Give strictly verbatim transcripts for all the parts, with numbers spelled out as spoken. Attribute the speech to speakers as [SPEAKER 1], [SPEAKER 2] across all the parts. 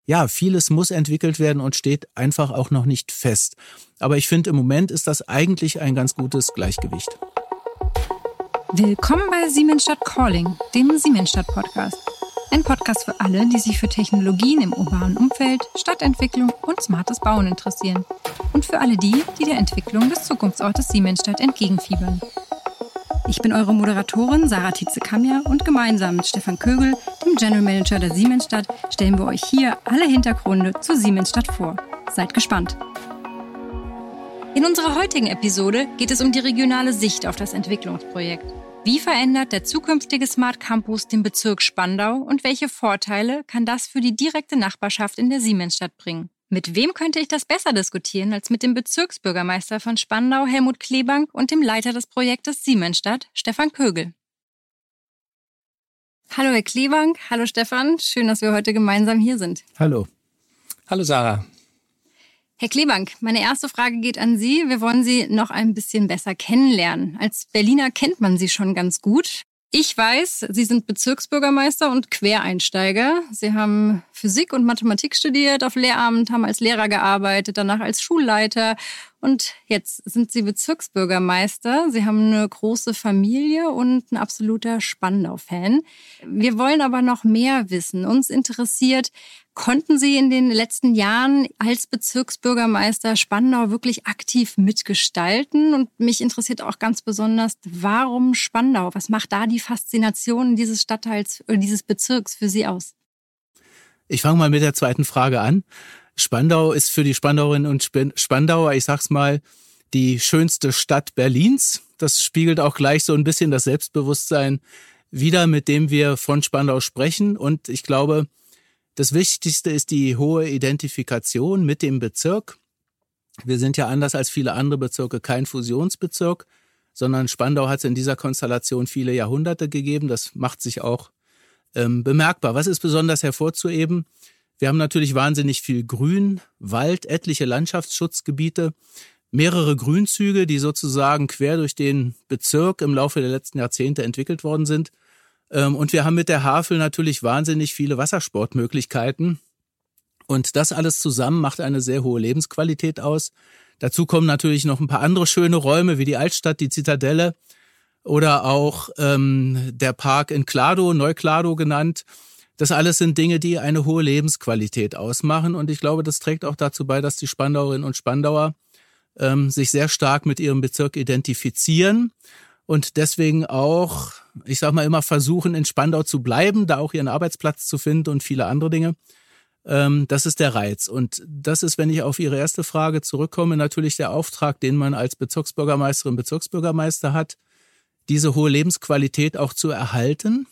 [SPEAKER 1] ja, vieles muss entwickelt werden und steht einfach auch noch nicht fest. Aber ich finde, im Moment ist das eigentlich ein ganz gutes Gleichgewicht.
[SPEAKER 2] Willkommen bei Siemensstadt Calling, dem Siemensstadt-Podcast. Ein Podcast für alle, die sich für Technologien im urbanen Umfeld, Stadtentwicklung und smartes Bauen interessieren. Und für alle die, die der Entwicklung des Zukunftsortes Siemensstadt entgegenfiebern. Ich bin eure Moderatorin Sarah Tietze-Kamja und gemeinsam mit Stefan Kögel, dem General Manager der Siemensstadt, stellen wir euch hier alle Hintergründe zu Siemensstadt vor. Seid gespannt! In unserer heutigen Episode geht es um die regionale Sicht auf das Entwicklungsprojekt. Wie verändert der zukünftige Smart Campus den Bezirk Spandau und welche Vorteile kann das für die direkte Nachbarschaft in der Siemensstadt bringen? Mit wem könnte ich das besser diskutieren als mit dem Bezirksbürgermeister von Spandau, Helmut Klebank, und dem Leiter des Projektes Siemensstadt, Stefan Kögel? Hallo Herr Klebank, hallo Stefan, schön, dass wir heute gemeinsam hier sind.
[SPEAKER 1] Hallo.
[SPEAKER 3] Hallo Sarah.
[SPEAKER 2] Herr Klebank, meine erste Frage geht an Sie. Wir wollen Sie noch ein bisschen besser kennenlernen. Als Berliner kennt man Sie schon ganz gut. Ich weiß, Sie sind Bezirksbürgermeister und Quereinsteiger. Sie haben Physik und Mathematik studiert, auf Lehramt, haben als Lehrer gearbeitet, danach als Schulleiter. Und jetzt sind Sie Bezirksbürgermeister. Sie haben eine große Familie und ein absoluter Spandau-Fan. Wir wollen aber noch mehr wissen. Uns interessiert, konnten Sie in den letzten Jahren als Bezirksbürgermeister Spandau wirklich aktiv mitgestalten? Und mich interessiert auch ganz besonders, warum Spandau? Was macht da die Faszination dieses Stadtteils oder dieses Bezirks für Sie aus?
[SPEAKER 1] Ich fange mal mit der zweiten Frage an. Spandau ist für die Spandauerinnen und Spandauer, ich sag's mal, die schönste Stadt Berlins. Das spiegelt auch gleich so ein bisschen das Selbstbewusstsein wider, mit dem wir von Spandau sprechen. Und ich glaube, das Wichtigste ist die hohe Identifikation mit dem Bezirk. Wir sind ja anders als viele andere Bezirke kein Fusionsbezirk, sondern Spandau hat es in dieser Konstellation viele Jahrhunderte gegeben. Das macht sich auch ähm, bemerkbar. Was ist besonders hervorzuheben? Wir haben natürlich wahnsinnig viel Grün, Wald, etliche Landschaftsschutzgebiete, mehrere Grünzüge, die sozusagen quer durch den Bezirk im Laufe der letzten Jahrzehnte entwickelt worden sind. Und wir haben mit der Havel natürlich wahnsinnig viele Wassersportmöglichkeiten. Und das alles zusammen macht eine sehr hohe Lebensqualität aus. Dazu kommen natürlich noch ein paar andere schöne Räume wie die Altstadt, die Zitadelle oder auch ähm, der Park in Kladow, Neu-Kladow genannt. Das alles sind Dinge, die eine hohe Lebensqualität ausmachen. Und ich glaube, das trägt auch dazu bei, dass die Spandauerinnen und Spandauer ähm, sich sehr stark mit ihrem Bezirk identifizieren und deswegen auch, ich sag mal, immer versuchen, in Spandau zu bleiben, da auch ihren Arbeitsplatz zu finden und viele andere Dinge. Ähm, das ist der Reiz. Und das ist, wenn ich auf Ihre erste Frage zurückkomme, natürlich der Auftrag, den man als Bezirksbürgermeisterin, Bezirksbürgermeister hat, diese hohe Lebensqualität auch zu erhalten.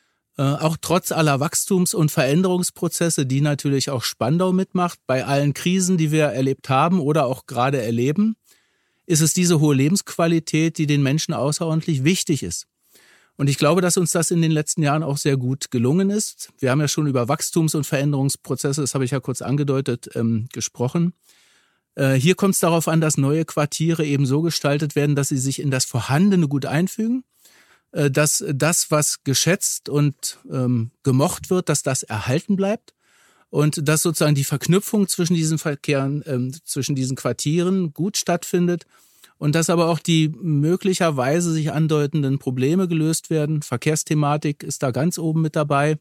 [SPEAKER 1] Auch trotz aller Wachstums- und Veränderungsprozesse, die natürlich auch Spandau mitmacht, bei allen Krisen, die wir erlebt haben oder auch gerade erleben, ist es diese hohe Lebensqualität, die den Menschen außerordentlich wichtig ist. Und ich glaube, dass uns das in den letzten Jahren auch sehr gut gelungen ist. Wir haben ja schon über Wachstums- und Veränderungsprozesse, das habe ich ja kurz angedeutet, ähm, gesprochen. Äh, hier kommt es darauf an, dass neue Quartiere eben so gestaltet werden, dass sie sich in das Vorhandene gut einfügen. Dass das, was geschätzt und ähm, gemocht wird, dass das erhalten bleibt und dass sozusagen die Verknüpfung zwischen diesen Verkehren, ähm, zwischen diesen Quartieren gut stattfindet und dass aber auch die möglicherweise sich andeutenden Probleme gelöst werden. Verkehrsthematik ist da ganz oben mit dabei.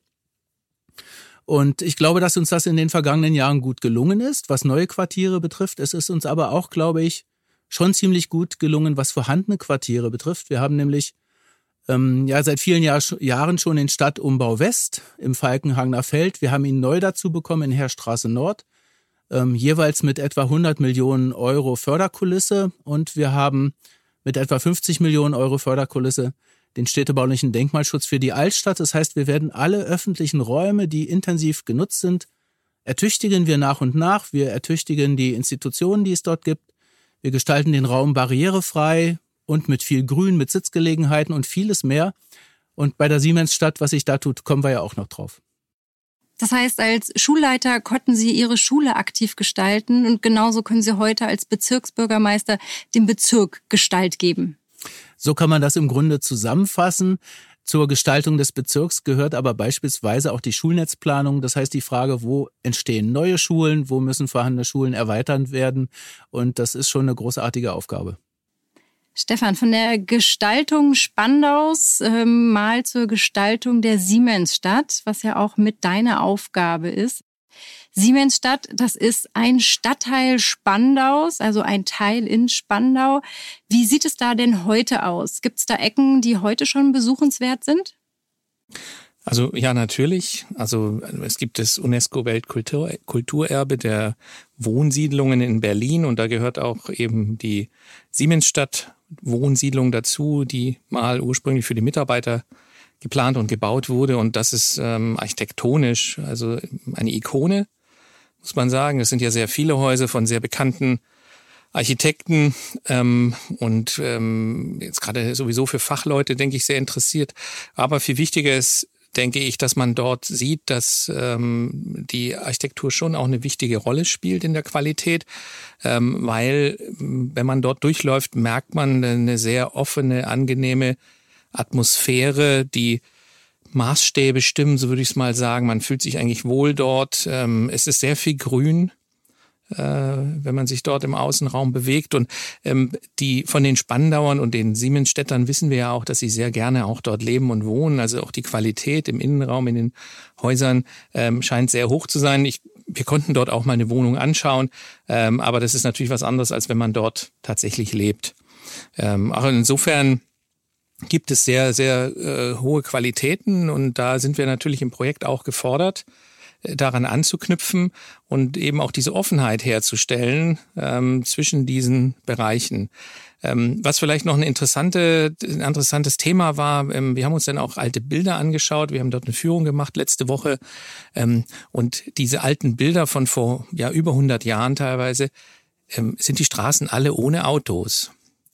[SPEAKER 1] Und ich glaube, dass uns das in den vergangenen Jahren gut gelungen ist, was neue Quartiere betrifft. Es ist uns aber auch, glaube ich, schon ziemlich gut gelungen, was vorhandene Quartiere betrifft. Wir haben nämlich ja, seit vielen Jahr, Jahren schon den Stadtumbau West im Falkenhagener Feld. Wir haben ihn neu dazu bekommen in Heerstraße Nord, ähm, jeweils mit etwa hundert Millionen Euro Förderkulisse. Und wir haben mit etwa fünfzig Millionen Euro Förderkulisse den städtebaulichen Denkmalschutz für die Altstadt. Das heißt, wir werden alle öffentlichen Räume, die intensiv genutzt sind, ertüchtigen wir nach und nach. Wir ertüchtigen die Institutionen, die es dort gibt. Wir gestalten den Raum barrierefrei und mit viel Grün, mit Sitzgelegenheiten und vieles mehr. Und bei der Siemensstadt, was sich da tut, kommen wir ja auch noch drauf.
[SPEAKER 2] Das heißt, als Schulleiter konnten Sie Ihre Schule aktiv gestalten und genauso können Sie heute als Bezirksbürgermeister dem Bezirk Gestalt geben.
[SPEAKER 1] So kann man das im Grunde zusammenfassen. Zur Gestaltung des Bezirks gehört aber beispielsweise auch die Schulnetzplanung. Das heißt die Frage, wo entstehen neue Schulen, wo müssen vorhandene Schulen erweitert werden. Und das ist schon eine großartige Aufgabe.
[SPEAKER 2] Stefan, von der Gestaltung Spandaus ähm, mal zur Gestaltung der Siemensstadt, was ja auch mit deiner Aufgabe ist. Siemensstadt, das ist ein Stadtteil Spandaus, also ein Teil in Spandau. Wie sieht es da denn heute aus? Gibt es da Ecken, die heute schon besuchenswert sind?
[SPEAKER 3] Also ja, natürlich. Also es gibt das UNESCO-Weltkulturerbe der Wohnsiedlungen in Berlin und da gehört auch eben die Siemensstadt-Wohnsiedlung dazu, die mal ursprünglich für die Mitarbeiter geplant und gebaut wurde und das ist ähm, architektonisch, also eine Ikone, muss man sagen. Es sind ja sehr viele Häuser von sehr bekannten Architekten ähm, und ähm, jetzt gerade sowieso für Fachleute, denke ich, sehr interessiert. Aber viel wichtiger ist, denke ich, dass man dort sieht, dass ähm, die Architektur schon auch eine wichtige Rolle spielt in der Qualität, ähm, weil wenn man dort durchläuft, merkt man eine sehr offene, angenehme Atmosphäre, die Maßstäbe stimmen, so würde ich es mal sagen. Man fühlt sich eigentlich wohl dort. Es ist sehr viel Grün, wenn man sich dort im Außenraum bewegt. Und die von den Spandauern und den Siemensstädtern wissen wir ja auch, dass sie sehr gerne auch dort leben und wohnen. Also auch die Qualität im Innenraum, in den Häusern scheint sehr hoch zu sein. Ich, wir konnten dort auch mal eine Wohnung anschauen, aber das ist natürlich was anderes, als wenn man dort tatsächlich lebt. Auch insofern gibt es sehr, sehr äh, hohe Qualitäten und da sind wir natürlich im Projekt auch gefordert, äh, daran anzuknüpfen und eben auch diese Offenheit herzustellen ähm, zwischen diesen Bereichen. Ähm, was vielleicht noch eine interessante, ein interessantes Thema war, ähm, wir haben uns dann auch alte Bilder angeschaut, wir haben dort eine Führung gemacht letzte Woche ähm, und diese alten Bilder von vor ja über hundert Jahren teilweise, ähm, sind die Straßen alle ohne Autos.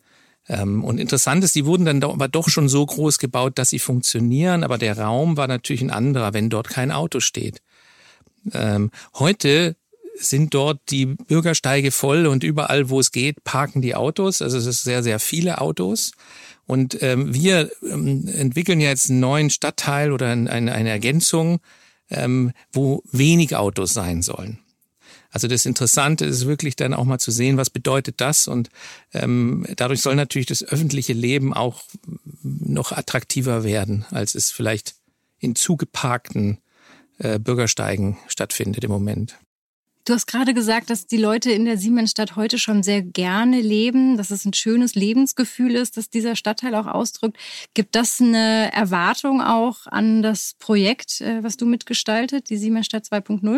[SPEAKER 3] Und interessant ist, die wurden dann aber doch schon so groß gebaut, dass sie funktionieren, aber der Raum war natürlich ein anderer, wenn dort kein Auto steht. Ähm, heute sind dort die Bürgersteige voll und überall, wo es geht, parken die Autos. Also es ist sehr, sehr viele Autos. Und ähm, wir ähm, entwickeln ja jetzt einen neuen Stadtteil oder eine, eine Ergänzung, ähm, wo wenig Autos sein sollen. Also das Interessante ist wirklich dann auch mal zu sehen, was bedeutet das und ähm, dadurch soll natürlich das öffentliche Leben auch noch attraktiver werden, als es vielleicht in zugeparkten äh, Bürgersteigen stattfindet im Moment.
[SPEAKER 2] Du hast gerade gesagt, dass die Leute in der Siemensstadt heute schon sehr gerne leben, dass es ein schönes Lebensgefühl ist, das dieser Stadtteil auch ausdrückt. Gibt das eine Erwartung auch an das Projekt, äh, was du mitgestaltet, die Siemensstadt zwei Punkt null?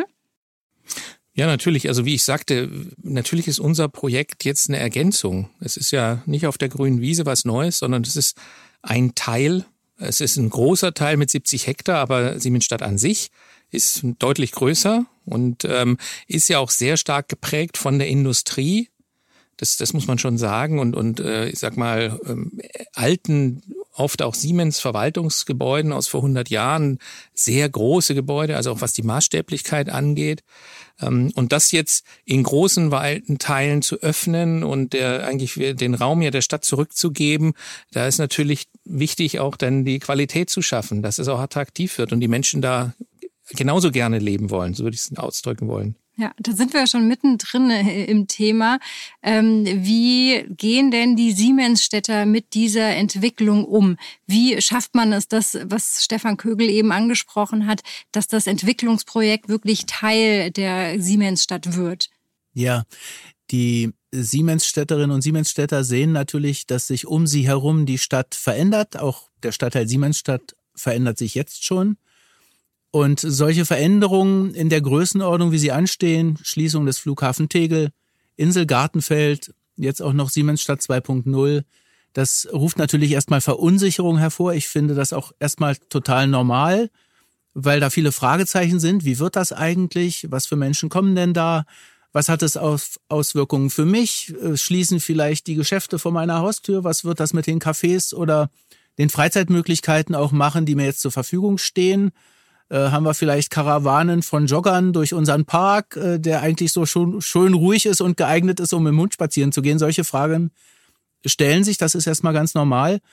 [SPEAKER 3] Ja, natürlich. Also wie ich sagte, natürlich ist unser Projekt jetzt eine Ergänzung. Es ist ja nicht auf der grünen Wiese was Neues, sondern es ist ein Teil. Es ist ein großer Teil mit siebzig Hektar, aber Siemensstadt an sich ist deutlich größer und ähm, ist ja auch sehr stark geprägt von der Industrie. Das, das muss man schon sagen. Und, und äh, ich sag mal, ähm, alten, oft auch Siemens-Verwaltungsgebäuden aus vor hundert Jahren, sehr große Gebäude, also auch was die Maßstäblichkeit angeht. Ähm, und das jetzt in großen, weiten Teilen zu öffnen und der eigentlich den Raum ja der Stadt zurückzugeben, da ist natürlich wichtig, auch dann die Qualität zu schaffen, dass es auch attraktiv wird und die Menschen da genauso gerne leben wollen, so würde ich es ausdrücken wollen.
[SPEAKER 2] Ja, da sind wir ja schon mittendrin im Thema. Ähm, wie gehen denn die Siemensstädter mit dieser Entwicklung um? Wie schafft man es, das, was Stefan Kögel eben angesprochen hat, dass das Entwicklungsprojekt wirklich Teil der Siemensstadt wird?
[SPEAKER 1] Ja, die Siemensstädterinnen und Siemensstädter sehen natürlich, dass sich um sie herum die Stadt verändert. Auch der Stadtteil Siemensstadt verändert sich jetzt schon. Und solche Veränderungen in der Größenordnung, wie sie anstehen, Schließung des Flughafen Tegel, Insel Gartenfeld, jetzt auch noch Siemensstadt zwei Punkt null, das ruft natürlich erstmal Verunsicherung hervor. Ich finde das auch erstmal total normal, weil da viele Fragezeichen sind. Wie wird das eigentlich? Was für Menschen kommen denn da? Was hat es auf Auswirkungen für mich? Schließen vielleicht die Geschäfte vor meiner Haustür? Was wird das mit den Cafés oder den Freizeitmöglichkeiten auch machen, die mir jetzt zur Verfügung stehen? Äh, haben wir vielleicht Karawanen von Joggern durch unseren Park, äh, der eigentlich so schon schön ruhig ist und geeignet ist, um im Hund spazieren zu gehen. Solche Fragen stellen sich, das ist erstmal ganz normal.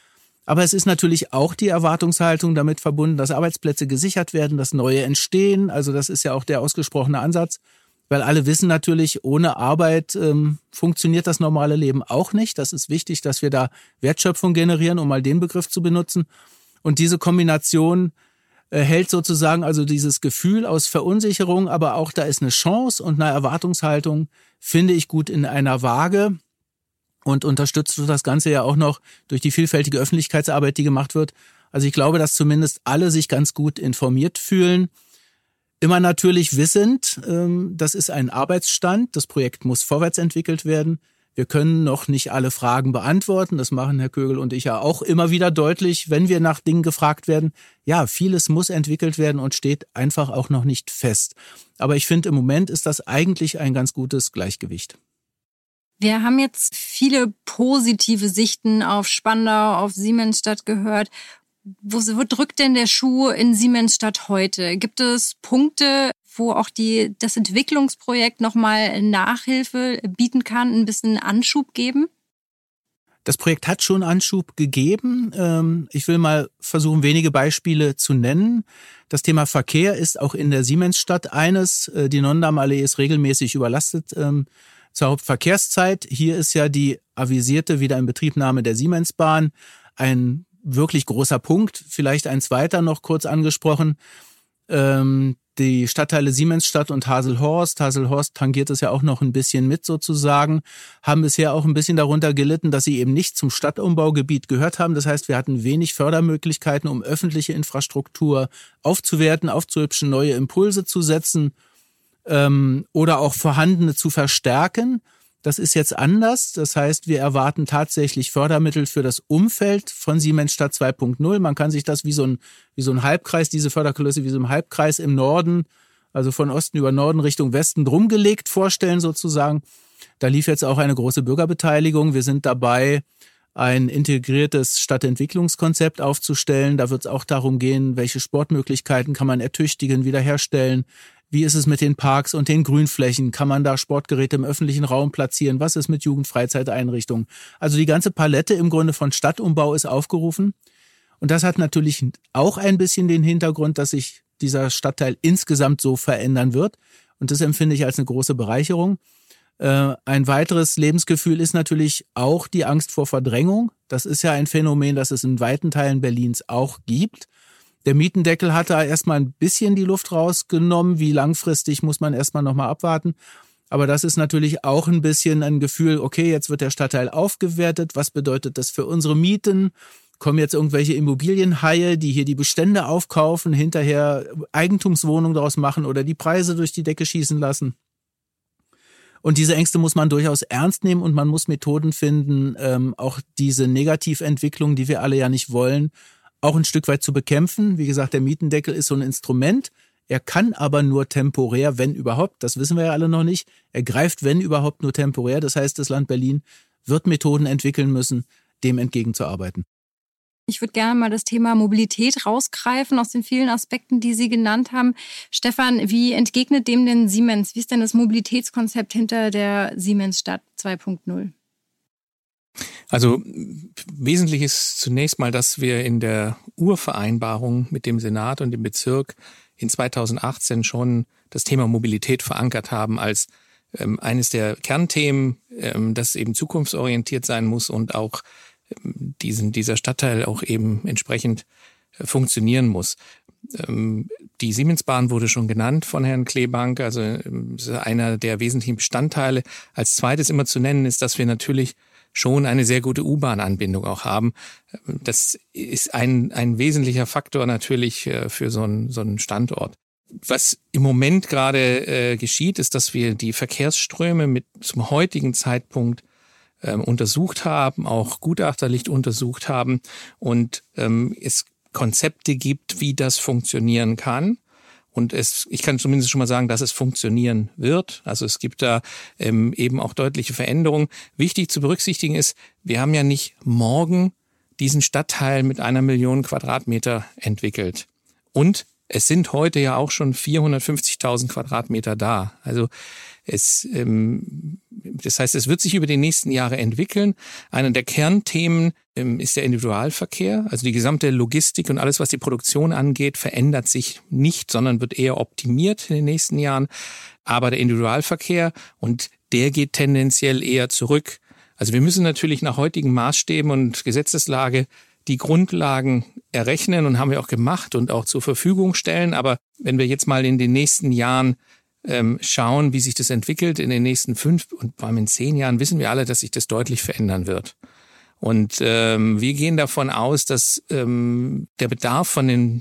[SPEAKER 1] Aber es ist natürlich auch die Erwartungshaltung damit verbunden, dass Arbeitsplätze gesichert werden, dass neue entstehen. Also das ist ja auch der ausgesprochene Ansatz, weil alle wissen natürlich, ohne Arbeit ähm, funktioniert das normale Leben auch nicht. Das ist wichtig, dass wir da Wertschöpfung generieren, um mal den Begriff zu benutzen. Und diese Kombination äh, hält sozusagen also dieses Gefühl aus Verunsicherung, aber auch da ist eine Chance und eine Erwartungshaltung, finde ich, gut in einer Waage. Und unterstützt das Ganze ja auch noch durch die vielfältige Öffentlichkeitsarbeit, die gemacht wird. Also ich glaube, dass zumindest alle sich ganz gut informiert fühlen. Immer natürlich wissend, das ist ein Arbeitsstand. Das Projekt muss vorwärts entwickelt werden. Wir können noch nicht alle Fragen beantworten. Das machen Herr Kögel und ich ja auch immer wieder deutlich, wenn wir nach Dingen gefragt werden. Ja, vieles muss entwickelt werden und steht einfach auch noch nicht fest. Aber ich finde, im Moment ist das eigentlich ein ganz gutes Gleichgewicht.
[SPEAKER 2] Wir haben jetzt viele positive Sichten auf Spandau, auf Siemensstadt gehört. Wo, wo drückt denn der Schuh in Siemensstadt heute? Gibt es Punkte, wo auch die, das Entwicklungsprojekt nochmal Nachhilfe bieten kann, ein bisschen Anschub geben?
[SPEAKER 1] Das Projekt hat schon Anschub gegeben. Ich will mal versuchen, wenige Beispiele zu nennen. Das Thema Verkehr ist auch in der Siemensstadt eines. Die Nonnendamm-Allee ist regelmäßig überlastet zur Hauptverkehrszeit. Hier ist ja die avisierte Wiederinbetriebnahme der Siemensbahn ein wirklich großer Punkt. Vielleicht ein zweiter noch kurz angesprochen. Ähm, die Stadtteile Siemensstadt und Haselhorst, Haselhorst tangiert es ja auch noch ein bisschen mit sozusagen, haben bisher auch ein bisschen darunter gelitten, dass sie eben nicht zum Stadtumbaugebiet gehört haben. Das heißt, wir hatten wenig Fördermöglichkeiten, um öffentliche Infrastruktur aufzuwerten, aufzuhübschen, neue Impulse zu setzen. Oder auch vorhandene zu verstärken. Das ist jetzt anders. Das heißt, wir erwarten tatsächlich Fördermittel für das Umfeld von Siemensstadt zwei Punkt null. Man kann sich das wie so ein, wie so ein Halbkreis, diese Förderkulisse wie so ein Halbkreis im Norden, also von Osten über Norden Richtung Westen drumgelegt vorstellen sozusagen. Da lief jetzt auch eine große Bürgerbeteiligung. Wir sind dabei, ein integriertes Stadtentwicklungskonzept aufzustellen. Da wird es auch darum gehen, welche Sportmöglichkeiten kann man ertüchtigen, wiederherstellen. Wie ist es mit den Parks und den Grünflächen? Kann man da Sportgeräte im öffentlichen Raum platzieren? Was ist mit Jugendfreizeiteinrichtungen? Also die ganze Palette im Grunde von Stadtumbau ist aufgerufen. Und das hat natürlich auch ein bisschen den Hintergrund, dass sich dieser Stadtteil insgesamt so verändern wird. Und das empfinde ich als eine große Bereicherung. Äh, ein weiteres Lebensgefühl ist natürlich auch die Angst vor Verdrängung. Das ist ja ein Phänomen, das es in weiten Teilen Berlins auch gibt. Der Mietendeckel hat da erstmal ein bisschen die Luft rausgenommen. Wie langfristig muss man erstmal nochmal abwarten. Aber das ist natürlich auch ein bisschen ein Gefühl, okay, jetzt wird der Stadtteil aufgewertet. Was bedeutet das für unsere Mieten? Kommen jetzt irgendwelche Immobilienhaie, die hier die Bestände aufkaufen, hinterher Eigentumswohnungen daraus machen oder die Preise durch die Decke schießen lassen? Und diese Ängste muss man durchaus ernst nehmen und man muss Methoden finden, ähm, auch diese Negativentwicklung, die wir alle ja nicht wollen, auch ein Stück weit zu bekämpfen. Wie gesagt, der Mietendeckel ist so ein Instrument. Er kann aber nur temporär, wenn überhaupt, das wissen wir ja alle noch nicht, er greift, wenn überhaupt, nur temporär. Das heißt, das Land Berlin wird Methoden entwickeln müssen, dem entgegenzuarbeiten.
[SPEAKER 2] Ich würde gerne mal das Thema Mobilität rausgreifen aus den vielen Aspekten, die Sie genannt haben. Stefan, wie entgegnet dem denn Siemens? Wie ist denn das Mobilitätskonzept hinter der Siemensstadt zwei Punkt null?
[SPEAKER 3] Also wesentlich ist zunächst mal, dass wir in der Urvereinbarung mit dem Senat und dem Bezirk in zweitausendachtzehn schon das Thema Mobilität verankert haben als ähm, eines der Kernthemen, ähm, das eben zukunftsorientiert sein muss und auch ähm, diesen, dieser Stadtteil auch eben entsprechend äh, funktionieren muss. Ähm, die Siemensbahn wurde schon genannt von Herrn Kleebank, also ähm, ist einer der wesentlichen Bestandteile. Als zweites immer zu nennen ist, dass wir natürlich schon eine sehr gute U-Bahn-Anbindung auch haben. Das ist ein, ein wesentlicher Faktor natürlich für so einen, so einen Standort. Was im Moment gerade äh, geschieht, ist, dass wir die Verkehrsströme mit zum heutigen Zeitpunkt ähm, untersucht haben, auch gutachterlich untersucht haben und ähm, es Konzepte gibt, wie das funktionieren kann. Und es, ich kann zumindest schon mal sagen, dass es funktionieren wird. Also es gibt da ähm, eben auch deutliche Veränderungen. Wichtig zu berücksichtigen ist, wir haben ja nicht morgen diesen Stadtteil mit einer Million Quadratmeter entwickelt. Und es sind heute ja auch schon vierhundertfünfzigtausend Quadratmeter da. Also es, ähm, das heißt, es wird sich über die nächsten Jahre entwickeln. Einer der Kernthemen ähm, ist der Individualverkehr. Also die gesamte Logistik und alles, was die Produktion angeht, verändert sich nicht, sondern wird eher optimiert in den nächsten Jahren. Aber der Individualverkehr, und der geht tendenziell eher zurück. Also wir müssen natürlich nach heutigen Maßstäben und Gesetzeslage die Grundlagen errechnen und haben wir auch gemacht und auch zur Verfügung stellen. Aber wenn wir jetzt mal in den nächsten Jahren ähm, schauen, wie sich das entwickelt, in den nächsten fünf und vor allem in zehn Jahren, wissen wir alle, dass sich das deutlich verändern wird. Und ähm, wir gehen davon aus, dass ähm, der Bedarf von den,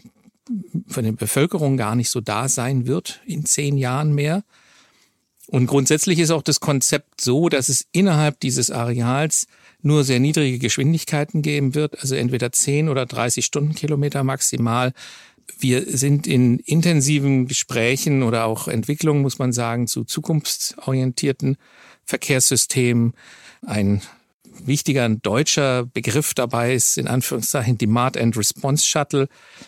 [SPEAKER 3] von der Bevölkerung gar nicht so da sein wird in zehn Jahren mehr. Und grundsätzlich ist auch das Konzept so, dass es innerhalb dieses Areals nur sehr niedrige Geschwindigkeiten geben wird, also entweder zehn oder dreißig Stundenkilometer maximal. Wir sind in intensiven Gesprächen oder auch Entwicklungen, muss man sagen, zu zukunftsorientierten Verkehrssystemen. Ein wichtiger deutscher Begriff dabei ist in Anführungszeichen Demand and Response Shuttle.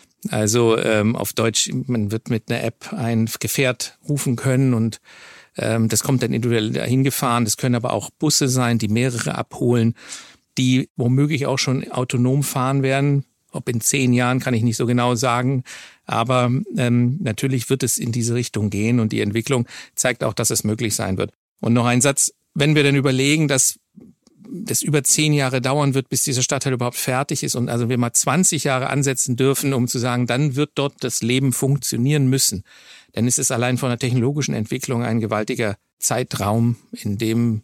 [SPEAKER 3] Also ähm, auf Deutsch, man wird mit einer App ein Gefährt rufen können und ähm, das kommt dann individuell dahin gefahren. Das können aber auch Busse sein, die mehrere abholen, die womöglich auch schon autonom fahren werden. Ob in zehn Jahren, kann ich nicht so genau sagen. Aber ähm, natürlich wird es in diese Richtung gehen und die Entwicklung zeigt auch, dass es möglich sein wird. Und noch ein Satz, wenn wir dann überlegen, dass das über zehn Jahre dauern wird, bis dieser Stadtteil überhaupt fertig ist und also wir mal zwanzig Jahre ansetzen dürfen, um zu sagen, dann wird dort das Leben funktionieren müssen. Denn es ist allein von der technologischen Entwicklung ein gewaltiger Zeitraum, in dem,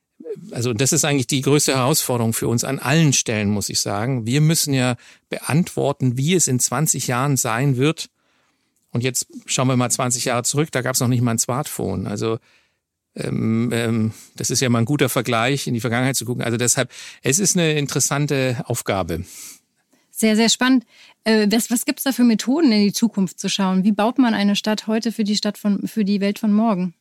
[SPEAKER 3] also das ist eigentlich die größte Herausforderung für uns an allen Stellen, muss ich sagen. Wir müssen ja beantworten, wie es in zwanzig Jahren sein wird. Und jetzt schauen wir mal zwanzig Jahre zurück, da gab es noch nicht mal ein Smartphone. Also ähm, ähm, das ist ja mal ein guter Vergleich, in die Vergangenheit zu gucken. Also deshalb, es ist eine interessante Aufgabe.
[SPEAKER 2] Sehr, sehr spannend. Äh, was was gibt es da für Methoden, in die Zukunft zu schauen? Wie baut man eine Stadt heute für die Stadt von, für die Welt von morgen?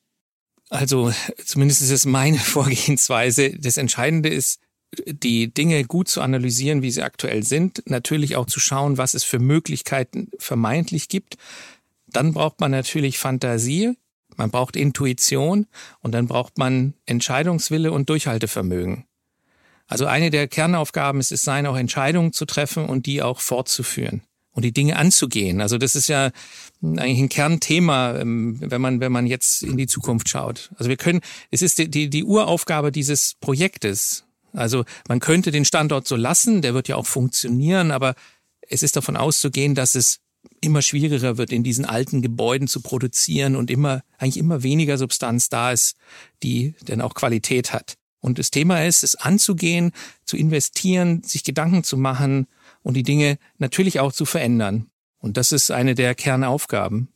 [SPEAKER 3] Also zumindest ist es meine Vorgehensweise. Das Entscheidende ist, die Dinge gut zu analysieren, wie sie aktuell sind. Natürlich auch zu schauen, was es für Möglichkeiten vermeintlich gibt. Dann braucht man natürlich Fantasie, man braucht Intuition und dann braucht man Entscheidungswille und Durchhaltevermögen. Also eine der Kernaufgaben ist es sein, auch Entscheidungen zu treffen und die auch fortzuführen und die Dinge anzugehen. Also das ist ja eigentlich ein Kernthema, wenn man wenn man jetzt in die Zukunft schaut. Also wir können, es ist die die, die Uraufgabe dieses Projektes. Also man könnte den Standort so lassen, der wird ja auch funktionieren, aber es ist davon auszugehen, dass es immer schwieriger wird, in diesen alten Gebäuden zu produzieren und immer eigentlich immer weniger Substanz da ist, die dann auch Qualität hat. Und das Thema ist, es anzugehen, zu investieren, sich Gedanken zu machen und die Dinge natürlich auch zu verändern. Und das ist eine der Kernaufgaben.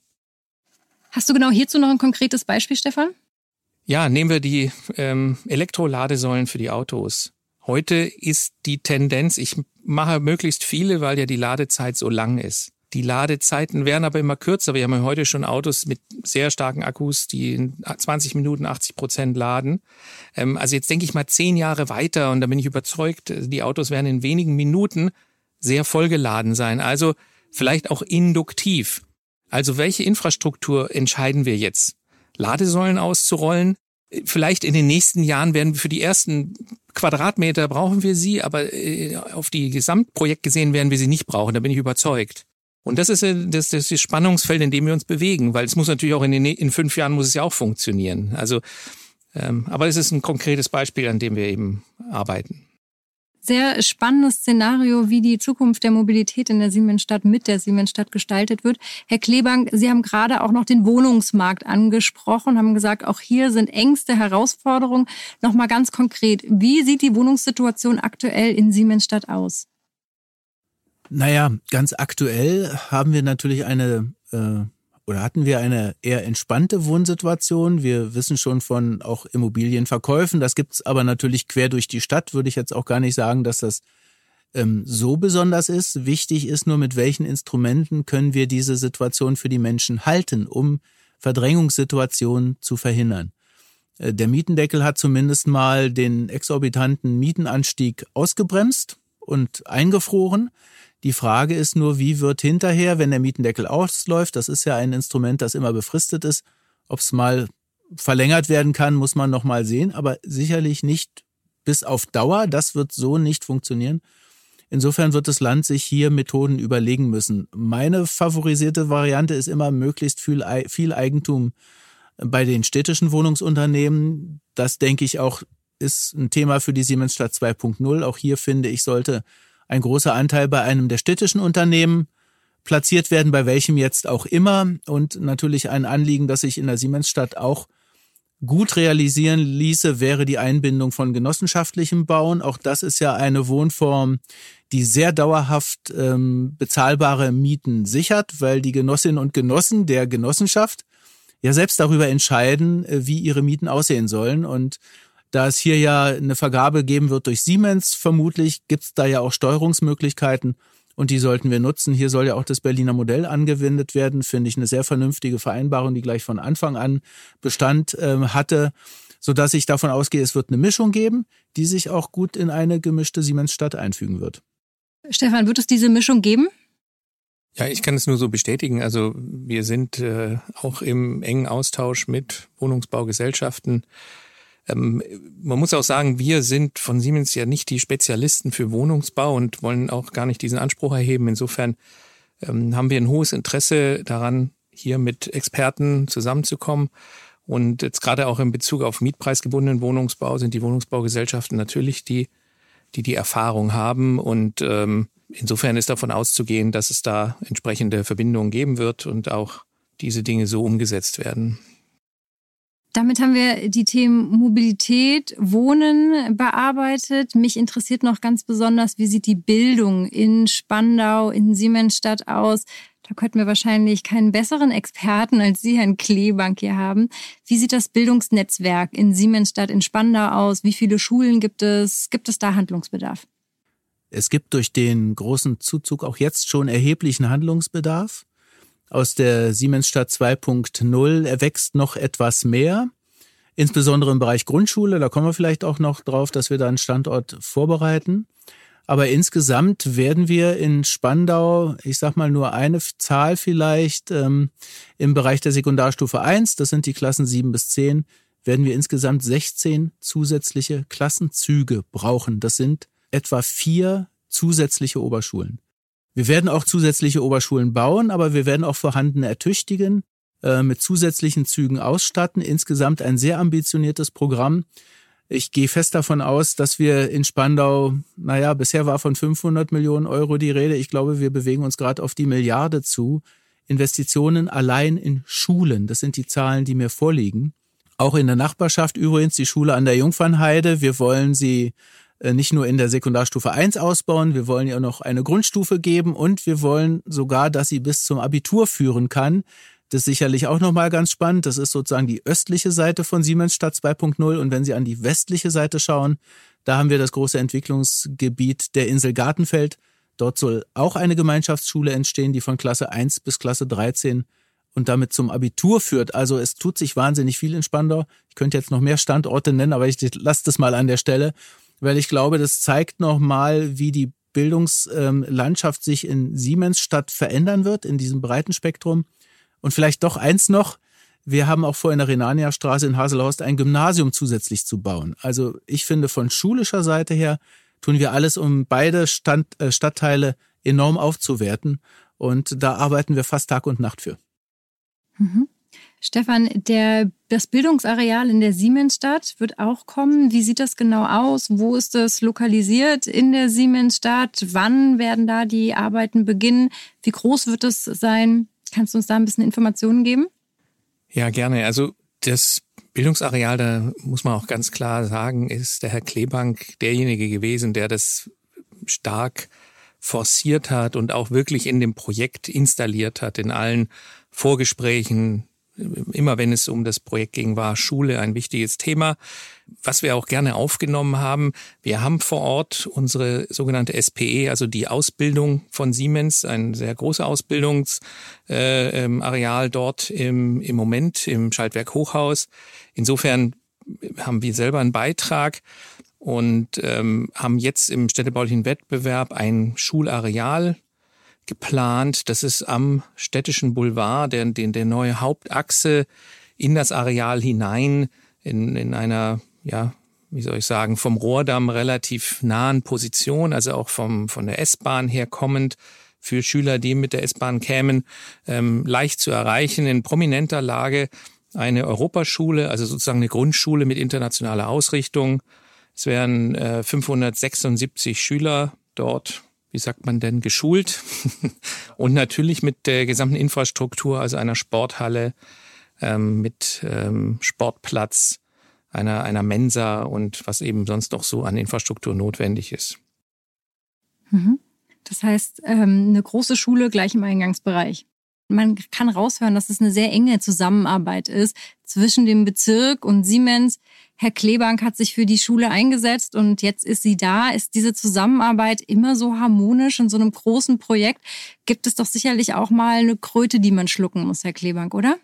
[SPEAKER 2] Hast du genau hierzu noch ein konkretes Beispiel, Stefan?
[SPEAKER 3] Ja, nehmen wir die ähm, Elektroladesäulen für die Autos. Heute ist die Tendenz, ich mache möglichst viele, weil ja die Ladezeit so lang ist. Die Ladezeiten werden aber immer kürzer. Wir haben ja heute schon Autos mit sehr starken Akkus, die in zwanzig Minuten achtzig Prozent laden. Also jetzt denke ich mal zehn Jahre weiter und da bin ich überzeugt, die Autos werden in wenigen Minuten sehr vollgeladen sein. Also vielleicht auch induktiv. Also welche Infrastruktur entscheiden wir jetzt? Ladesäulen auszurollen? Vielleicht in den nächsten Jahren werden wir für die ersten Quadratmeter brauchen wir sie, aber auf die Gesamtprojekt gesehen werden wir sie nicht brauchen. Da bin ich überzeugt. Und das ist das, das, das Spannungsfeld, in dem wir uns bewegen, weil es muss natürlich auch in den in fünf Jahren muss es ja auch funktionieren. Also, ähm, aber es ist ein konkretes Beispiel, an dem wir eben arbeiten.
[SPEAKER 2] Sehr spannendes Szenario, wie die Zukunft der Mobilität in der Siemensstadt mit der Siemensstadt gestaltet wird. Herr Klebank, Sie haben gerade auch noch den Wohnungsmarkt angesprochen, haben gesagt, auch hier sind Ängste, Herausforderungen. Nochmal ganz konkret, wie sieht die Wohnungssituation aktuell in Siemensstadt aus?
[SPEAKER 1] Naja, ganz aktuell haben wir natürlich eine äh, oder hatten wir eine eher entspannte Wohnsituation. Wir wissen schon von auch Immobilienverkäufen. Das gibt's aber natürlich quer durch die Stadt. Würde ich jetzt auch gar nicht sagen, dass das ähm, so besonders ist. Wichtig ist nur, mit welchen Instrumenten können wir diese Situation für die Menschen halten, um Verdrängungssituationen zu verhindern. Äh, der Mietendeckel hat zumindest mal den exorbitanten Mietenanstieg ausgebremst und eingefroren. Die Frage ist nur, wie wird hinterher, wenn der Mietendeckel ausläuft, das ist ja ein Instrument, das immer befristet ist, ob es mal verlängert werden kann, muss man noch mal sehen, aber sicherlich nicht bis auf Dauer. Das wird so nicht funktionieren. Insofern wird das Land sich hier Methoden überlegen müssen. Meine favorisierte Variante ist immer möglichst viel, viel Eigentum bei den städtischen Wohnungsunternehmen. Das, denke ich, auch ist ein Thema für die Siemensstadt zwei Punkt null. Auch hier, finde ich, sollte ein großer Anteil bei einem der städtischen Unternehmen platziert werden, bei welchem jetzt auch immer. Und natürlich ein Anliegen, das sich in der Siemensstadt auch gut realisieren ließe, wäre die Einbindung von genossenschaftlichem Bauen. Auch das ist ja eine Wohnform, die sehr dauerhaft ähm, bezahlbare Mieten sichert, weil die Genossinnen und Genossen der Genossenschaft ja selbst darüber entscheiden, wie ihre Mieten aussehen sollen. Und da es hier ja eine Vergabe geben wird durch Siemens, vermutlich gibt es da ja auch Steuerungsmöglichkeiten und die sollten wir nutzen. Hier soll ja auch das Berliner Modell angewendet werden, finde ich eine sehr vernünftige Vereinbarung, die gleich von Anfang an Bestand äh, hatte, sodass ich davon ausgehe, es wird eine Mischung geben, die sich auch gut in eine gemischte Siemensstadt einfügen wird.
[SPEAKER 2] Stefan, wird es diese Mischung geben?
[SPEAKER 3] Ja, ich kann es nur so bestätigen. Also wir sind äh, auch im engen Austausch mit Wohnungsbaugesellschaften. Ähm, man muss auch sagen, wir sind von Siemens ja nicht die Spezialisten für Wohnungsbau und wollen auch gar nicht diesen Anspruch erheben. Insofern ähm, haben wir ein hohes Interesse daran, hier mit Experten zusammenzukommen. Und jetzt gerade auch in Bezug auf mietpreisgebundenen Wohnungsbau sind die Wohnungsbaugesellschaften natürlich die, die die Erfahrung haben. Und ähm, insofern ist davon auszugehen, dass es da entsprechende Verbindungen geben wird und auch diese Dinge so umgesetzt werden.
[SPEAKER 2] Damit haben wir die Themen Mobilität, Wohnen bearbeitet. Mich interessiert noch ganz besonders, wie sieht die Bildung in Spandau, in Siemensstadt aus? Da könnten wir wahrscheinlich keinen besseren Experten als Sie, Herrn Kleebank, hier haben. Wie sieht das Bildungsnetzwerk in Siemensstadt, in Spandau aus? Wie viele Schulen gibt es? Gibt es da Handlungsbedarf?
[SPEAKER 1] Es gibt durch den großen Zuzug auch jetzt schon erheblichen Handlungsbedarf. Aus der Siemensstadt zwei Punkt null erwächst noch etwas mehr, insbesondere im Bereich Grundschule. Da kommen wir vielleicht auch noch drauf, dass wir da einen Standort vorbereiten. Aber insgesamt werden wir in Spandau, ich sag mal nur eine Zahl vielleicht, ähm, im Bereich der Sekundarstufe eins, das sind die Klassen sieben bis zehn, werden wir insgesamt sechzehn zusätzliche Klassenzüge brauchen. Das sind etwa vier zusätzliche Oberschulen. Wir werden auch zusätzliche Oberschulen bauen, aber wir werden auch vorhandene ertüchtigen, äh, mit zusätzlichen Zügen ausstatten. Insgesamt ein sehr ambitioniertes Programm. Ich gehe fest davon aus, dass wir in Spandau, naja, bisher war von fünfhundert Millionen Euro die Rede. Ich glaube, wir bewegen uns gerade auf die Milliarde zu. Investitionen allein in Schulen, das sind die Zahlen, die mir vorliegen. Auch in der Nachbarschaft übrigens die Schule an der Jungfernheide. Wir wollen sie nicht nur in der Sekundarstufe eins ausbauen, wir wollen ihr noch eine Grundstufe geben und wir wollen sogar, dass sie bis zum Abitur führen kann. Das ist sicherlich auch nochmal ganz spannend. Das ist sozusagen die östliche Seite von Siemensstadt zwei Punkt null. Und wenn Sie an die westliche Seite schauen, da haben wir das große Entwicklungsgebiet der Insel Gartenfeld. Dort soll auch eine Gemeinschaftsschule entstehen, die von Klasse eins bis Klasse dreizehn und damit zum Abitur führt. Also es tut sich wahnsinnig viel in Spandau. Ich könnte jetzt noch mehr Standorte nennen, aber ich lasse das mal an der Stelle, weil ich glaube, das zeigt nochmal, wie die Bildungslandschaft sich in Siemensstadt verändern wird, in diesem breiten Spektrum. Und vielleicht doch eins noch, wir haben auch vor, in der Rhenania-Straße in Haselhorst ein Gymnasium zusätzlich zu bauen. Also ich finde, von schulischer Seite her tun wir alles, um beide Stand, äh, Stadtteile enorm aufzuwerten. Und da arbeiten wir fast Tag und Nacht für.
[SPEAKER 2] Mhm. Stefan, der, das Bildungsareal in der Siemensstadt wird auch kommen. Wie sieht das genau aus? Wo ist das lokalisiert in der Siemensstadt? Wann werden da die Arbeiten beginnen? Wie groß wird es sein? Kannst du uns da ein bisschen Informationen geben?
[SPEAKER 3] Ja, gerne. Also das Bildungsareal, da muss man auch ganz klar sagen, ist der Herr Kleebank derjenige gewesen, der das stark forciert hat und auch wirklich in dem Projekt installiert hat, in allen Vorgesprächen. Immer wenn es um das Projekt ging, war Schule ein wichtiges Thema. Was wir auch gerne aufgenommen haben, wir haben vor Ort unsere sogenannte S P E, also die Ausbildung von Siemens, ein sehr großes Ausbildungsareal äh, dort im, im Moment im Schaltwerk Hochhaus. Insofern haben wir selber einen Beitrag und ähm, haben jetzt im städtebaulichen Wettbewerb ein Schulareal geplant. Das ist am Städtischen Boulevard, der, der, der neue Hauptachse in das Areal hinein, in, in einer, ja, wie soll ich sagen, vom Rohrdamm relativ nahen Position, also auch vom, von der S-Bahn her kommend, für Schüler, die mit der S-Bahn kämen, ähm, leicht zu erreichen, in prominenter Lage eine Europaschule, also sozusagen eine Grundschule mit internationaler Ausrichtung. Es werden äh, fünfhundertsechsundsiebzig Schüler dort, wie sagt man denn, geschult und natürlich mit der gesamten Infrastruktur, also einer Sporthalle, ähm, mit ähm, Sportplatz, einer, einer Mensa und was eben sonst noch so an Infrastruktur notwendig ist.
[SPEAKER 2] Mhm. Das heißt, ähm, eine große Schule gleich im Eingangsbereich. Man kann raushören, dass es eine sehr enge Zusammenarbeit ist zwischen dem Bezirk und Siemens. Herr Klebank hat sich für die Schule eingesetzt und jetzt ist sie da. Ist diese Zusammenarbeit immer so harmonisch in so einem großen Projekt? Gibt es doch sicherlich auch mal eine Kröte, die man schlucken muss, Herr Klebank, oder?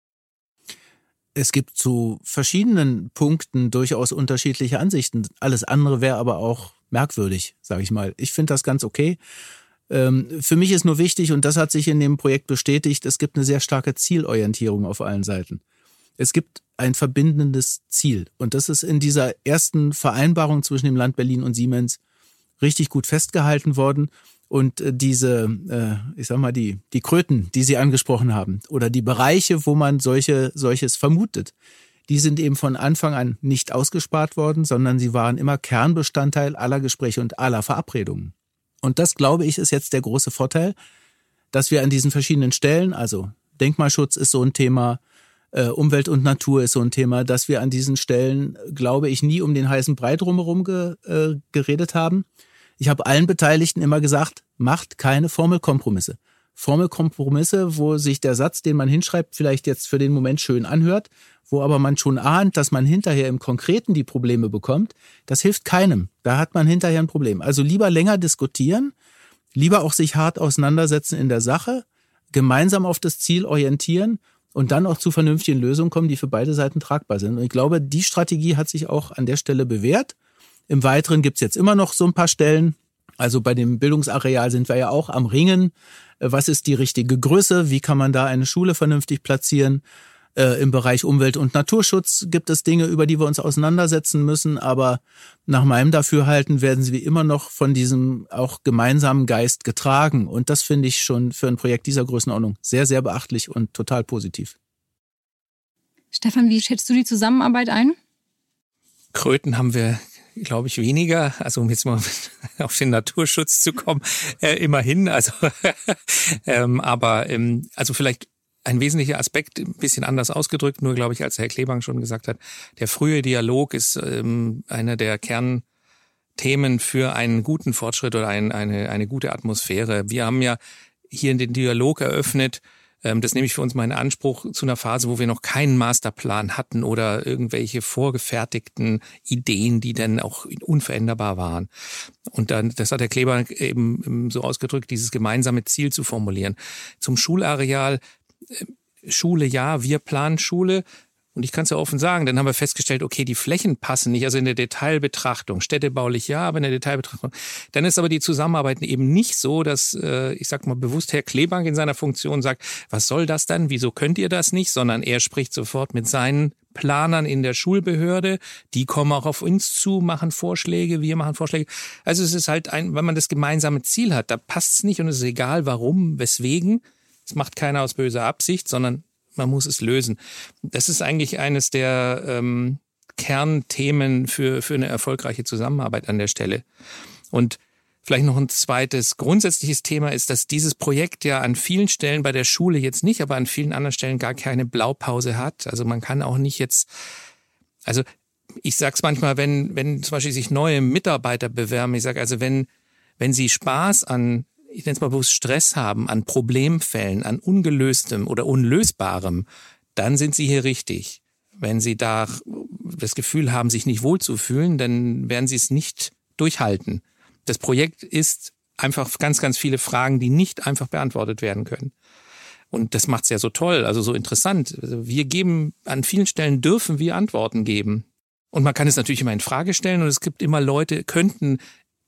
[SPEAKER 1] Es gibt zu verschiedenen Punkten durchaus unterschiedliche Ansichten. Alles andere wäre aber auch merkwürdig, sage ich mal. Ich finde das ganz okay. Ähm, für mich ist nur wichtig, und das hat sich in dem Projekt bestätigt, es gibt eine sehr starke Zielorientierung auf allen Seiten. Es gibt ein verbindendes Ziel. Und das ist in dieser ersten Vereinbarung zwischen dem Land Berlin und Siemens richtig gut festgehalten worden. Und diese, äh, ich sag mal, die, die Kröten, die Sie angesprochen haben, oder die Bereiche, wo man solche, solches vermutet, die sind eben von Anfang an nicht ausgespart worden, sondern sie waren immer Kernbestandteil aller Gespräche und aller Verabredungen. Und das, glaube ich, ist jetzt der große Vorteil, dass wir an diesen verschiedenen Stellen, also Denkmalschutz ist so ein Thema, äh, Umwelt und Natur ist so ein Thema, dass wir an diesen Stellen, glaube ich, nie um den heißen Brei drumherum ge, äh, geredet haben. Ich habe allen Beteiligten immer gesagt, macht keine Formelkompromisse. Formelkompromisse, wo sich der Satz, den man hinschreibt, vielleicht jetzt für den Moment schön anhört, wo aber man schon ahnt, dass man hinterher im Konkreten die Probleme bekommt, das hilft keinem. Da hat man hinterher ein Problem. Also lieber länger diskutieren, lieber auch sich hart auseinandersetzen in der Sache, gemeinsam auf das Ziel orientieren und dann auch zu vernünftigen Lösungen kommen, die für beide Seiten tragbar sind. Und ich glaube, die Strategie hat sich auch an der Stelle bewährt. Im Weiteren gibt's jetzt immer noch so ein paar Stellen. Also bei dem Bildungsareal sind wir ja auch am Ringen. Was ist die richtige Größe? Wie kann man da eine Schule vernünftig platzieren? Äh, Im Bereich Umwelt- und Naturschutz gibt es Dinge, über die wir uns auseinandersetzen müssen. Aber nach meinem Dafürhalten werden sie wie immer noch von diesem auch gemeinsamen Geist getragen. Und das finde ich schon für ein Projekt dieser Größenordnung sehr, sehr beachtlich und total positiv.
[SPEAKER 2] Stefan, wie schätzt du die Zusammenarbeit ein?
[SPEAKER 3] Kröten haben wir, glaube ich, weniger. Also um jetzt mal auf den Naturschutz zu kommen, äh, immerhin. Also, ähm, aber ähm, also vielleicht ein wesentlicher Aspekt, ein bisschen anders ausgedrückt, nur glaube ich, als Herr Klebank schon gesagt hat, der frühe Dialog ist ähm, einer der Kernthemen für einen guten Fortschritt oder ein, eine, eine gute Atmosphäre. Wir haben ja hier den Dialog eröffnet. Das nehme ich für uns mal in Anspruch zu einer Phase, wo wir noch keinen Masterplan hatten oder irgendwelche vorgefertigten Ideen, die dann auch unveränderbar waren. Und dann, das hat der Klebank eben so ausgedrückt, dieses gemeinsame Ziel zu formulieren. Zum Schulareal, Schule ja, wir planen Schule. Und ich kann es ja offen sagen, dann haben wir festgestellt, okay, die Flächen passen nicht, also in der Detailbetrachtung, städtebaulich ja, aber in der Detailbetrachtung. Dann ist aber die Zusammenarbeit eben nicht so, dass, äh, ich sag mal bewusst, Herr Klebank in seiner Funktion sagt, was soll das dann, wieso könnt ihr das nicht, sondern er spricht sofort mit seinen Planern in der Schulbehörde, die kommen auch auf uns zu, machen Vorschläge, wir machen Vorschläge. Also es ist halt ein, wenn man das gemeinsame Ziel hat, da passt es nicht und es ist egal, warum, weswegen. Es macht keiner aus böser Absicht, sondern man muss es lösen. Das ist eigentlich eines der ähm, Kernthemen für, für eine erfolgreiche Zusammenarbeit an der Stelle. Und vielleicht noch ein zweites grundsätzliches Thema ist, dass dieses Projekt ja an vielen Stellen bei der Schule jetzt nicht, aber an vielen anderen Stellen gar keine Blaupause hat. Also man kann auch nicht jetzt, also ich sag's manchmal, wenn, wenn zum Beispiel sich neue Mitarbeiter bewerben, ich sage also, wenn, wenn sie Spaß an, ich nenne es mal bewusst Stress haben, an Problemfällen, an Ungelöstem oder Unlösbarem, dann sind sie hier richtig. Wenn sie da das Gefühl haben, sich nicht wohlzufühlen, dann werden sie es nicht durchhalten. Das Projekt ist einfach ganz, ganz viele Fragen, die nicht einfach beantwortet werden können. Und das macht es ja so toll, also so interessant. Also wir geben, an vielen Stellen dürfen wir Antworten geben. Und man kann es natürlich immer in Frage stellen und es gibt immer Leute, könnten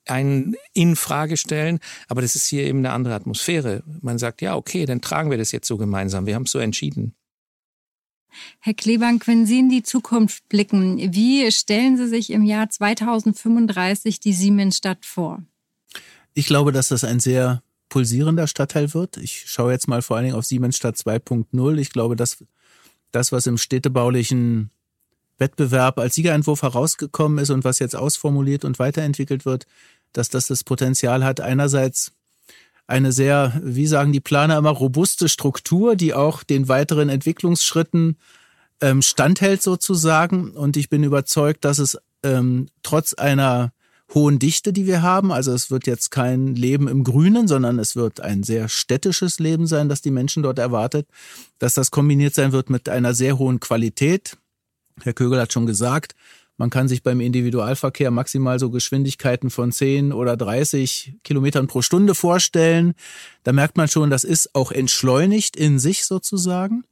[SPEAKER 3] einen in Frage stellen, aber das ist hier eben eine andere Atmosphäre. Man sagt, ja, okay, dann tragen wir das jetzt so gemeinsam. Wir haben es so entschieden.
[SPEAKER 2] Herr Klebank, wenn Sie in die Zukunft blicken, wie stellen Sie sich im Jahr zweitausendfünfunddreißig die Siemensstadt vor?
[SPEAKER 1] Ich glaube, dass das ein sehr pulsierender Stadtteil wird. Ich schaue jetzt mal vor allen Dingen auf Siemensstadt zwei Punkt null. Ich glaube, dass das, was im städtebaulichen Wettbewerb als Siegerentwurf herausgekommen ist und was jetzt ausformuliert und weiterentwickelt wird, dass das das Potenzial hat, einerseits eine sehr, wie sagen die Planer immer, robuste Struktur, die auch den weiteren Entwicklungsschritten ähm, standhält sozusagen. Und ich bin überzeugt, dass es ähm, trotz einer hohen Dichte, die wir haben, also es wird jetzt kein Leben im Grünen, sondern es wird ein sehr städtisches Leben sein, das die Menschen dort erwartet, dass das kombiniert sein wird mit einer sehr hohen Qualität. Herr Kögel hat schon gesagt, man kann sich beim Individualverkehr maximal so Geschwindigkeiten von zehn oder dreißig Kilometern pro Stunde vorstellen. Da merkt man schon, das ist auch entschleunigt in sich sozusagen.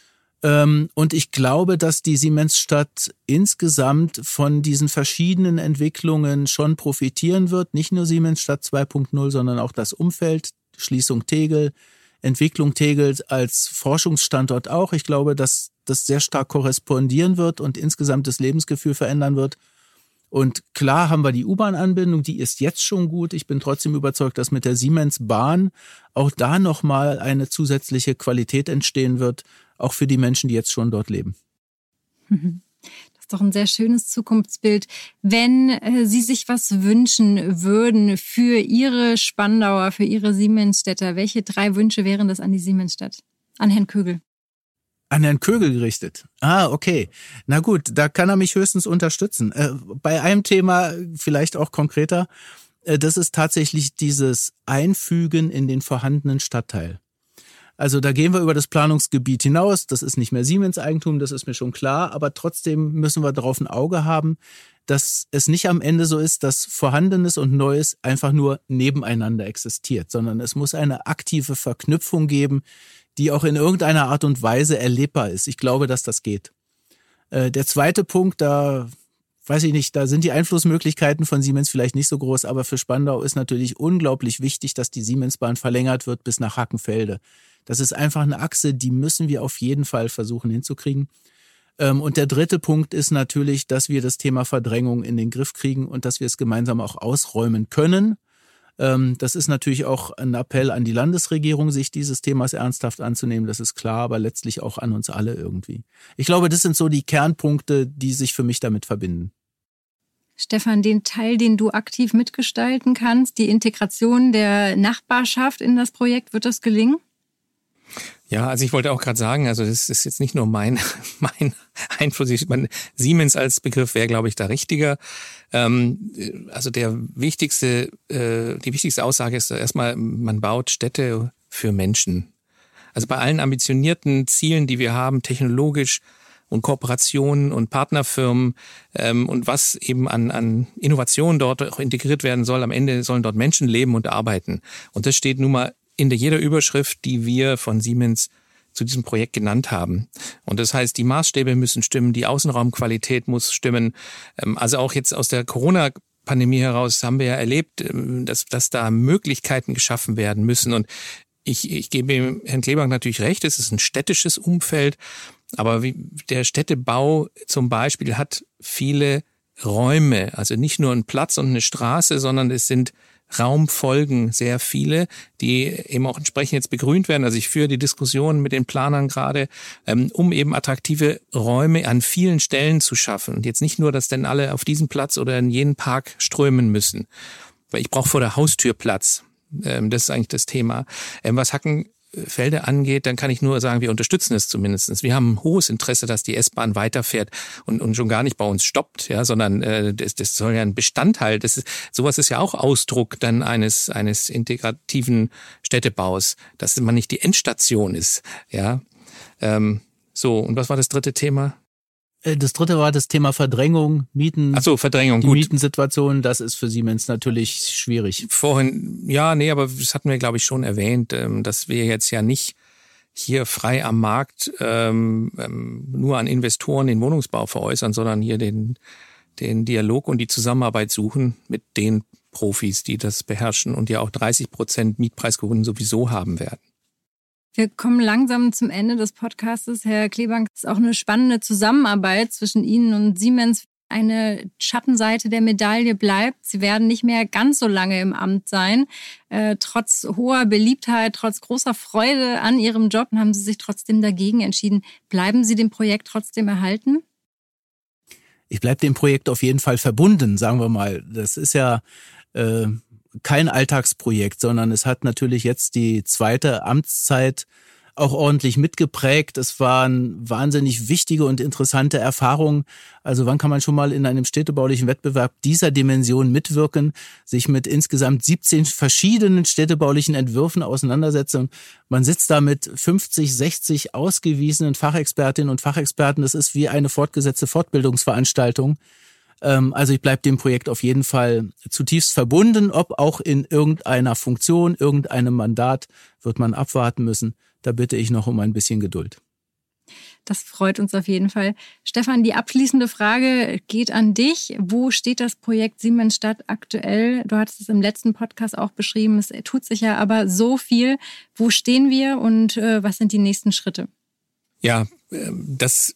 [SPEAKER 1] Und ich glaube, dass die Siemensstadt insgesamt von diesen verschiedenen Entwicklungen schon profitieren wird. Nicht nur Siemensstadt zwei Punkt null, sondern auch das Umfeld, Schließung Tegel, Entwicklung Tegel als Forschungsstandort auch. Ich glaube, dass das sehr stark korrespondieren wird und insgesamt das Lebensgefühl verändern wird. Und klar haben wir die U-Bahn-Anbindung, die ist jetzt schon gut. Ich bin trotzdem überzeugt, dass mit der Siemens-Bahn auch da nochmal eine zusätzliche Qualität entstehen wird, auch für die Menschen, die jetzt schon dort leben.
[SPEAKER 2] Das ist doch ein sehr schönes Zukunftsbild. Wenn äh, Sie sich was wünschen würden für Ihre Spandauer, für Ihre Siemensstädter, welche drei Wünsche wären das an die Siemensstadt? An Herrn Kögel.
[SPEAKER 1] An Herrn Kögel gerichtet. Ah, okay. Na gut, da kann er mich höchstens unterstützen. Äh, bei einem Thema vielleicht auch konkreter, äh, das ist tatsächlich dieses Einfügen in den vorhandenen Stadtteil. Also da gehen wir über das Planungsgebiet hinaus. Das ist nicht mehr Siemens-Eigentum, das ist mir schon klar. Aber trotzdem müssen wir darauf ein Auge haben, dass es nicht am Ende so ist, dass Vorhandenes und Neues einfach nur nebeneinander existiert, sondern es muss eine aktive Verknüpfung geben, die auch in irgendeiner Art und Weise erlebbar ist. Ich glaube, dass das geht. Äh, der zweite Punkt, da weiß ich nicht, da sind die Einflussmöglichkeiten von Siemens vielleicht nicht so groß, aber für Spandau ist natürlich unglaublich wichtig, dass die Siemensbahn verlängert wird bis nach Hackenfelde. Das ist einfach eine Achse, die müssen wir auf jeden Fall versuchen hinzukriegen. Und der dritte Punkt ist natürlich, dass wir das Thema Verdrängung in den Griff kriegen und dass wir es gemeinsam auch ausräumen können. Das ist natürlich auch ein Appell an die Landesregierung, sich dieses Themas ernsthaft anzunehmen, das ist klar, aber letztlich auch an uns alle irgendwie. Ich glaube, das sind so die Kernpunkte, die sich für mich damit verbinden.
[SPEAKER 2] Stefan, den Teil, den du aktiv mitgestalten kannst, die Integration der Nachbarschaft in das Projekt, wird das gelingen?
[SPEAKER 3] Ja, also ich wollte auch gerade sagen, also das ist jetzt nicht nur mein mein Einfluss. Ich meine, Siemens als Begriff wäre, glaube ich, da richtiger. Ähm, also der wichtigste, äh, die wichtigste Aussage ist erstmal, man baut Städte für Menschen. Also bei allen ambitionierten Zielen, die wir haben, technologisch und Kooperationen und Partnerfirmen ähm, und was eben an an Innovationen dort auch integriert werden soll, am Ende sollen dort Menschen leben und arbeiten. Und das steht nun mal in der jeder Überschrift, die wir von Siemens zu diesem Projekt genannt haben. Und das heißt, die Maßstäbe müssen stimmen, die Außenraumqualität muss stimmen. Also auch jetzt aus der Corona-Pandemie heraus haben wir ja erlebt, dass, dass da Möglichkeiten geschaffen werden müssen. Und ich, ich gebe Herrn Klebank natürlich recht, es ist ein städtisches Umfeld, aber wie der Städtebau zum Beispiel hat viele Räume, also nicht nur einen Platz und eine Straße, sondern es sind Raumfolgen, sehr viele, die eben auch entsprechend jetzt begrünt werden. Also ich führe die Diskussion mit den Planern gerade, ähm, um eben attraktive Räume an vielen Stellen zu schaffen. Und jetzt nicht nur, dass denn alle auf diesen Platz oder in jenen Park strömen müssen. Weil ich brauche vor der Haustür Platz. Ähm, das ist eigentlich das Thema. Ähm, was Hackenfelde angeht, dann kann ich nur sagen, wir unterstützen es zumindest. Wir haben ein hohes Interesse, dass die S-Bahn weiterfährt und, und schon gar nicht bei uns stoppt, ja, sondern äh, das, das soll ja ein Bestandteil, das ist, sowas ist ja auch Ausdruck dann eines eines integrativen Städtebaus, dass man nicht die Endstation ist, ja. Ähm, so, und was war das dritte Thema?
[SPEAKER 1] Das dritte war das Thema Verdrängung, Mieten.
[SPEAKER 3] Ach so, Verdrängung,
[SPEAKER 1] die
[SPEAKER 3] gut.
[SPEAKER 1] Die Mietensituation, das ist für Siemens natürlich schwierig.
[SPEAKER 3] Vorhin, ja, nee, aber das hatten wir, glaube ich, schon erwähnt, dass wir jetzt ja nicht hier frei am Markt ähm, nur an Investoren den Wohnungsbau veräußern, sondern hier den, den Dialog und die Zusammenarbeit suchen mit den Profis, die das beherrschen und ja auch dreißig Prozent Mietpreiskunden sowieso haben werden.
[SPEAKER 2] Wir kommen langsam zum Ende des Podcastes. Herr Klebank, es ist auch eine spannende Zusammenarbeit zwischen Ihnen und Siemens. Eine Schattenseite der Medaille bleibt. Sie werden nicht mehr ganz so lange im Amt sein. Äh, trotz hoher Beliebtheit, trotz großer Freude an Ihrem Job haben Sie sich trotzdem dagegen entschieden. Bleiben Sie dem Projekt trotzdem erhalten?
[SPEAKER 1] Ich bleibe dem Projekt auf jeden Fall verbunden, sagen wir mal. Das ist ja äh, kein Alltagsprojekt, sondern es hat natürlich jetzt die zweite Amtszeit auch ordentlich mitgeprägt. Es waren wahnsinnig wichtige und interessante Erfahrungen. Also wann kann man schon mal in einem städtebaulichen Wettbewerb dieser Dimension mitwirken, sich mit insgesamt siebzehn verschiedenen städtebaulichen Entwürfen auseinandersetzen? Man sitzt da mit fünfzig, sechzig ausgewiesenen Fachexpertinnen und Fachexperten. Das ist wie eine fortgesetzte Fortbildungsveranstaltung. Also ich bleibe dem Projekt auf jeden Fall zutiefst verbunden, ob auch in irgendeiner Funktion, irgendeinem Mandat, wird man abwarten müssen. Da bitte ich noch um ein bisschen Geduld.
[SPEAKER 2] Das freut uns auf jeden Fall. Stefan, die abschließende Frage geht an dich. Wo steht das Projekt Siemensstadt aktuell? Du hattest es im letzten Podcast auch beschrieben. Es tut sich ja aber so viel. Wo stehen wir und äh, was sind die nächsten Schritte?
[SPEAKER 3] Ja, das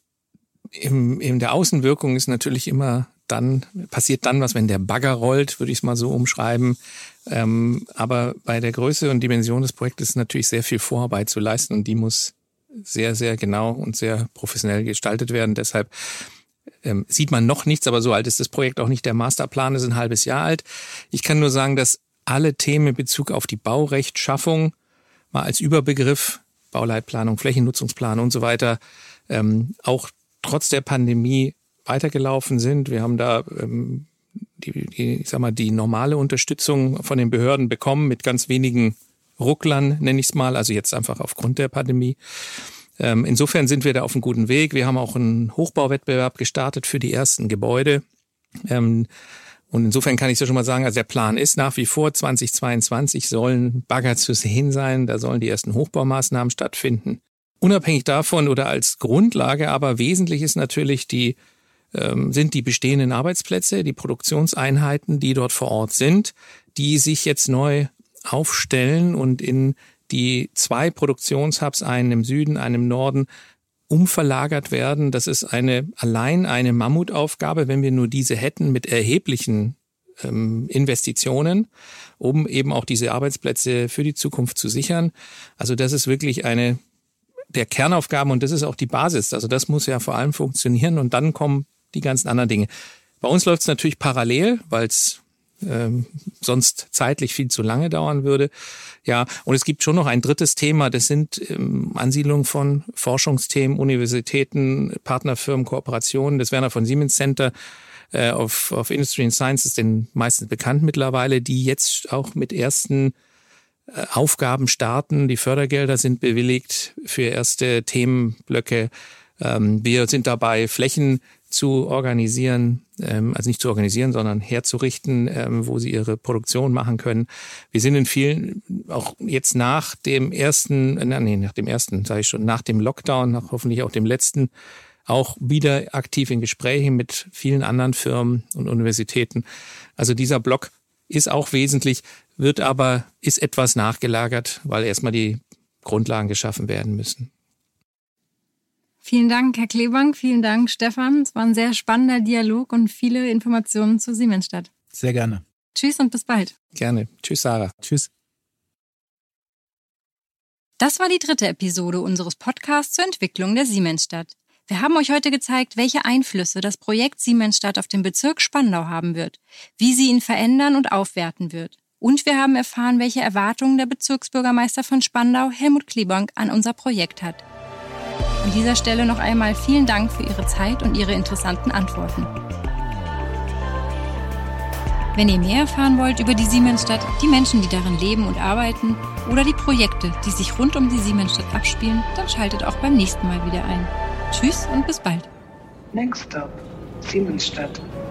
[SPEAKER 3] in, in der Außenwirkung ist natürlich immer dann, passiert dann was, wenn der Bagger rollt, würde ich es mal so umschreiben. Ähm, aber bei der Größe und Dimension des Projektes ist natürlich sehr viel Vorarbeit zu leisten und die muss sehr, sehr genau und sehr professionell gestaltet werden. Deshalb ähm, sieht man noch nichts, aber so alt ist das Projekt auch nicht. Der Masterplan ist ein halbes Jahr alt. Ich kann nur sagen, dass alle Themen in Bezug auf die Baurechtschaffung mal als Überbegriff, Bauleitplanung, Flächennutzungsplan und so weiter, ähm, auch trotz der Pandemie weitergelaufen sind. Wir haben da ähm, die, die, ich sag mal, die normale Unterstützung von den Behörden bekommen mit ganz wenigen Rucklern, nenne ich es mal, also jetzt einfach aufgrund der Pandemie. Ähm, insofern sind wir da auf einem guten Weg. Wir haben auch einen Hochbauwettbewerb gestartet für die ersten Gebäude. Ähm, und insofern kann ich ja schon mal sagen, also der Plan ist nach wie vor, zwanzig zweiundzwanzig sollen Bagger zu sehen sein, da sollen die ersten Hochbaumaßnahmen stattfinden. Unabhängig davon oder als Grundlage, aber wesentlich ist natürlich die sind die bestehenden Arbeitsplätze, die Produktionseinheiten, die dort vor Ort sind, die sich jetzt neu aufstellen und in die zwei Produktionshubs, einen im Süden, einen im Norden, umverlagert werden. Das ist eine allein eine Mammutaufgabe, wenn wir nur diese hätten, mit erheblichen ähm, Investitionen, um eben auch diese Arbeitsplätze für die Zukunft zu sichern. Also das ist wirklich eine der Kernaufgaben und das ist auch die Basis. Also das muss ja vor allem funktionieren und dann kommen die ganzen anderen Dinge. Bei uns läuft es natürlich parallel, weil es ähm, sonst zeitlich viel zu lange dauern würde. Ja, und es gibt schon noch ein drittes Thema, das sind ähm, Ansiedlungen von Forschungsthemen, Universitäten, Partnerfirmen, Kooperationen. Das Werner von Siemens Center äh, auf, auf Industry and Science ist den meisten bekannt mittlerweile, die jetzt auch mit ersten äh, Aufgaben starten. Die Fördergelder sind bewilligt für erste Themenblöcke. Ähm, wir sind dabei, Flächen zu organisieren, also nicht zu organisieren, sondern herzurichten, wo sie ihre Produktion machen können. Wir sind in vielen, auch jetzt nach dem ersten, nee, nach dem ersten, sage ich schon, nach dem Lockdown, nach hoffentlich auch dem letzten, auch wieder aktiv in Gesprächen mit vielen anderen Firmen und Universitäten. Also dieser Block ist auch wesentlich, wird aber, ist etwas nachgelagert, weil erstmal die Grundlagen geschaffen werden müssen.
[SPEAKER 2] Vielen Dank, Herr Klebank. Vielen Dank, Stefan. Es war ein sehr spannender Dialog und viele Informationen zu Siemensstadt.
[SPEAKER 1] Sehr gerne.
[SPEAKER 2] Tschüss und bis bald.
[SPEAKER 3] Gerne. Tschüss, Sarah.
[SPEAKER 1] Tschüss.
[SPEAKER 2] Das war die dritte Episode unseres Podcasts zur Entwicklung der Siemensstadt. Wir haben euch heute gezeigt, welche Einflüsse das Projekt Siemensstadt auf den Bezirk Spandau haben wird, wie sie ihn verändern und aufwerten wird. Und wir haben erfahren, welche Erwartungen der Bezirksbürgermeister von Spandau, Helmut Klebank, an unser Projekt hat. An dieser Stelle noch einmal vielen Dank für Ihre Zeit und Ihre interessanten Antworten. Wenn ihr mehr erfahren wollt über die Siemensstadt, die Menschen, die darin leben und arbeiten oder die Projekte, die sich rund um die Siemensstadt abspielen, dann schaltet auch beim nächsten Mal wieder ein. Tschüss und bis bald.
[SPEAKER 4] Next stop, Siemensstadt.